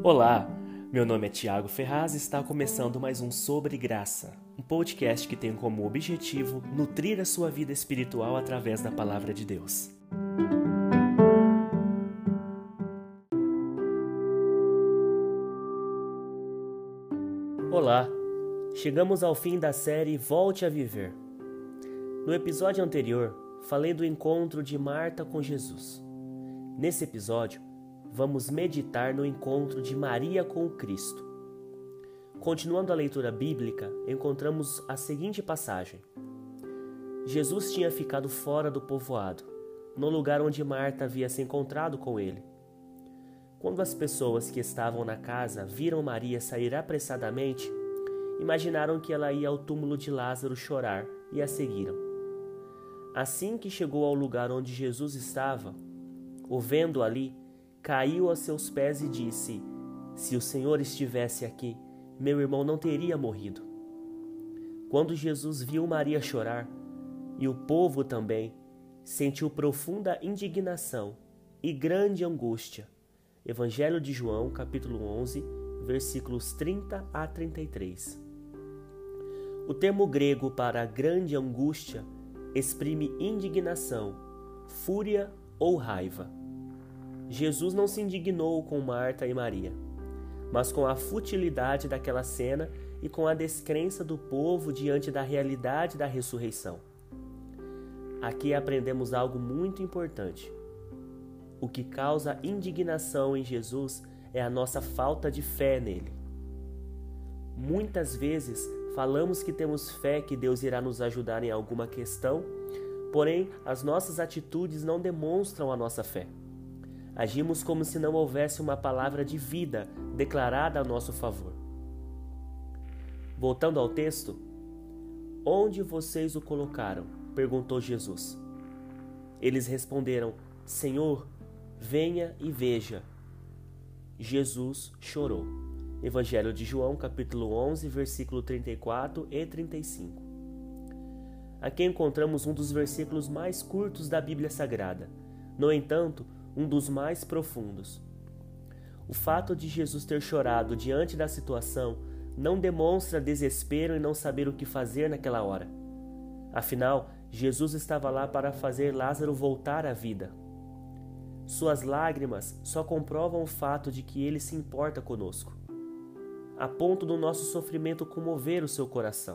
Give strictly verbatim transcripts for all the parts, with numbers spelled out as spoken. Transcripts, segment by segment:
Olá, meu nome é Tiago Ferraz e está começando mais um Sobre Graça, um podcast que tem como objetivo nutrir a sua vida espiritual através da Palavra de Deus. Olá, chegamos ao fim da série Volte a Viver. No episódio anterior, falei do encontro de Marta com Jesus. Nesse episódio, vamos meditar no encontro de Maria com o Cristo. Continuando a leitura bíblica, encontramos a seguinte passagem. Jesus tinha ficado fora do povoado, no lugar onde Marta havia se encontrado com ele. Quando as pessoas que estavam na casa viram Maria sair apressadamente, imaginaram que ela ia ao túmulo de Lázaro chorar e a seguiram. Assim que chegou ao lugar onde Jesus estava, o vendo ali, caiu aos seus pés e disse: "Se o Senhor estivesse aqui, meu irmão não teria morrido." Quando Jesus viu Maria chorar, e o povo também, sentiu profunda indignação e grande angústia. Evangelho de João, capítulo onze, versículos trinta a trinta e três. O termo grego para grande angústia exprime indignação, fúria ou raiva. Jesus não se indignou com Marta e Maria, mas com a futilidade daquela cena e com a descrença do povo diante da realidade da ressurreição. Aqui aprendemos algo muito importante. O que causa indignação em Jesus é a nossa falta de fé nele. Muitas vezes falamos que temos fé que Deus irá nos ajudar em alguma questão, porém as nossas atitudes não demonstram a nossa fé. Agimos como se não houvesse uma palavra de vida declarada a nosso favor. Voltando ao texto, "Onde vocês o colocaram?" perguntou Jesus. Eles responderam: "Senhor, venha e veja." Jesus chorou. Evangelho de João, capítulo onze, versículo trinta e quatro e trinta e cinco. Aqui encontramos um dos versículos mais curtos da Bíblia Sagrada. No entanto, um dos mais profundos. O fato de Jesus ter chorado diante da situação não demonstra desespero em não saber o que fazer naquela hora. Afinal, Jesus estava lá para fazer Lázaro voltar à vida. Suas lágrimas só comprovam o fato de que ele se importa conosco, a ponto do nosso sofrimento comover o seu coração.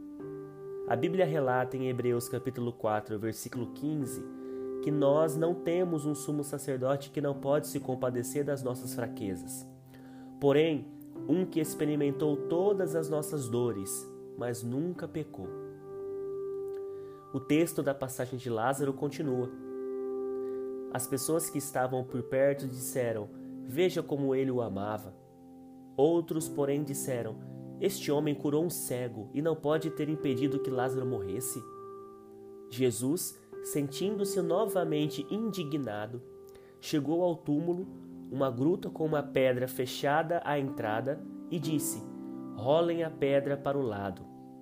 A Bíblia relata em Hebreus capítulo quatro, versículo quinze, que nós não temos um sumo sacerdote que não pode se compadecer das nossas fraquezas. Porém, um que experimentou todas as nossas dores, mas nunca pecou. O texto da passagem de Lázaro continua. As pessoas que estavam por perto disseram: "Veja como ele o amava." Outros, porém, disseram: "Este homem curou um cego e não pode ter impedido que Lázaro morresse." Jesus, sentindo-se novamente indignado, chegou ao túmulo, uma gruta com uma pedra fechada à entrada, e disse: "Rolem a pedra para o lado."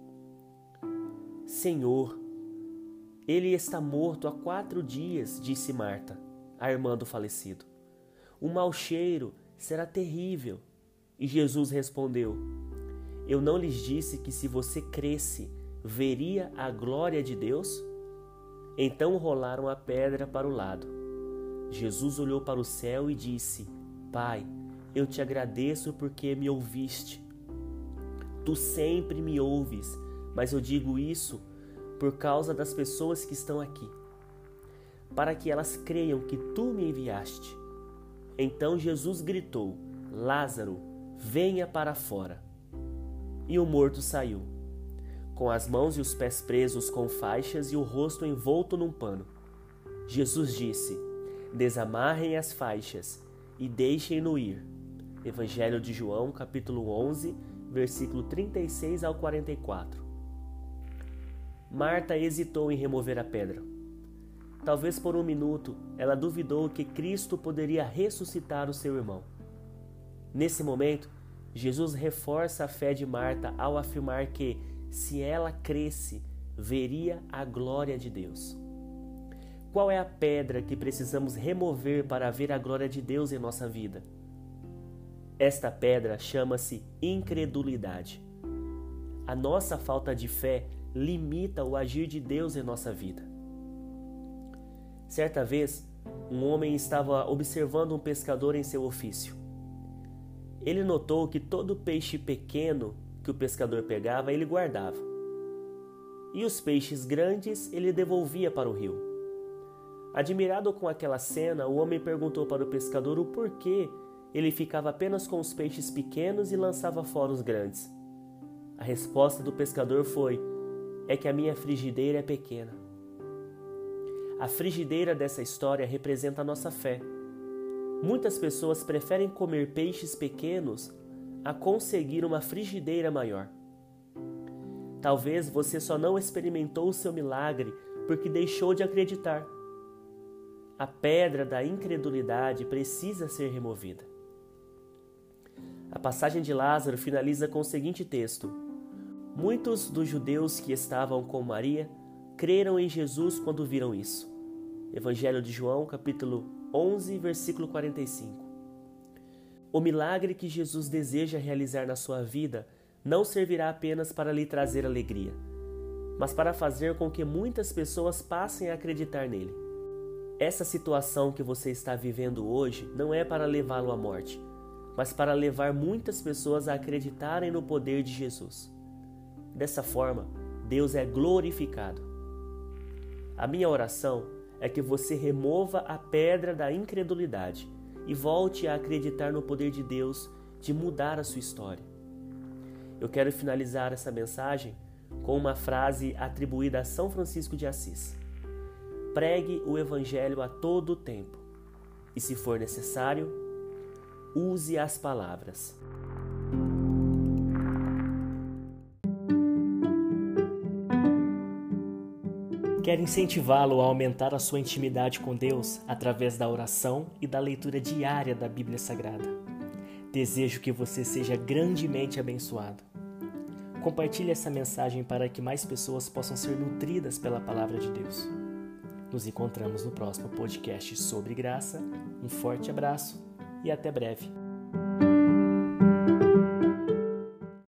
"Senhor, ele está morto há quatro dias", disse Marta, a irmã do falecido. "O mau cheiro será terrível." E Jesus respondeu: "Eu não lhes disse que se você cresce, veria a glória de Deus?" Então rolaram a pedra para o lado. Jesus olhou para o céu e disse: "Pai, eu te agradeço porque me ouviste. Tu sempre me ouves, mas eu digo isso por causa das pessoas que estão aqui, para que elas creiam que tu me enviaste." Então Jesus gritou: "Lázaro, venha para fora." E o morto saiu, com as mãos e os pés presos com faixas e o rosto envolto num pano. Jesus disse: "Desamarrem as faixas e deixem-no ir." Evangelho de João, capítulo onze, versículo trinta e seis ao quarenta e quatro. Marta hesitou em remover a pedra. Talvez por um minuto ela duvidou que Cristo poderia ressuscitar o seu irmão. Nesse momento, Jesus reforça a fé de Marta ao afirmar que, se ela cresce, veria a glória de Deus. Qual é a pedra que precisamos remover para ver a glória de Deus em nossa vida? Esta pedra chama-se incredulidade. A nossa falta de fé limita o agir de Deus em nossa vida. Certa vez, um homem estava observando um pescador em seu ofício. Ele notou que todo peixe pequeno que o pescador pegava, ele guardava. E os peixes grandes ele devolvia para o rio. Admirado com aquela cena, o homem perguntou para o pescador o porquê ele ficava apenas com os peixes pequenos e lançava fora os grandes. A resposta do pescador foi: é que a minha frigideira é pequena. A frigideira dessa história representa a nossa fé. Muitas pessoas preferem comer peixes pequenos a conseguir uma frigideira maior. Talvez você só não experimentou o seu milagre porque deixou de acreditar. A pedra da incredulidade precisa ser removida. A passagem de Lázaro finaliza com o seguinte texto: muitos dos judeus que estavam com Maria creram em Jesus quando viram isso. Evangelho de João, capítulo onze, versículo quarenta e cinco. O milagre que Jesus deseja realizar na sua vida não servirá apenas para lhe trazer alegria, mas para fazer com que muitas pessoas passem a acreditar nele. Essa situação que você está vivendo hoje não é para levá-lo à morte, mas para levar muitas pessoas a acreditarem no poder de Jesus. Dessa forma, Deus é glorificado. A minha oração é que você remova a pedra da incredulidade e volte a acreditar no poder de Deus de mudar a sua história. Eu quero finalizar essa mensagem com uma frase atribuída a São Francisco de Assis: pregue o Evangelho a todo tempo e, se for necessário, use as palavras. Quero incentivá-lo a aumentar a sua intimidade com Deus através da oração e da leitura diária da Bíblia Sagrada. Desejo que você seja grandemente abençoado. Compartilhe essa mensagem para que mais pessoas possam ser nutridas pela Palavra de Deus. Nos encontramos no próximo podcast sobre graça. Um forte abraço e até breve.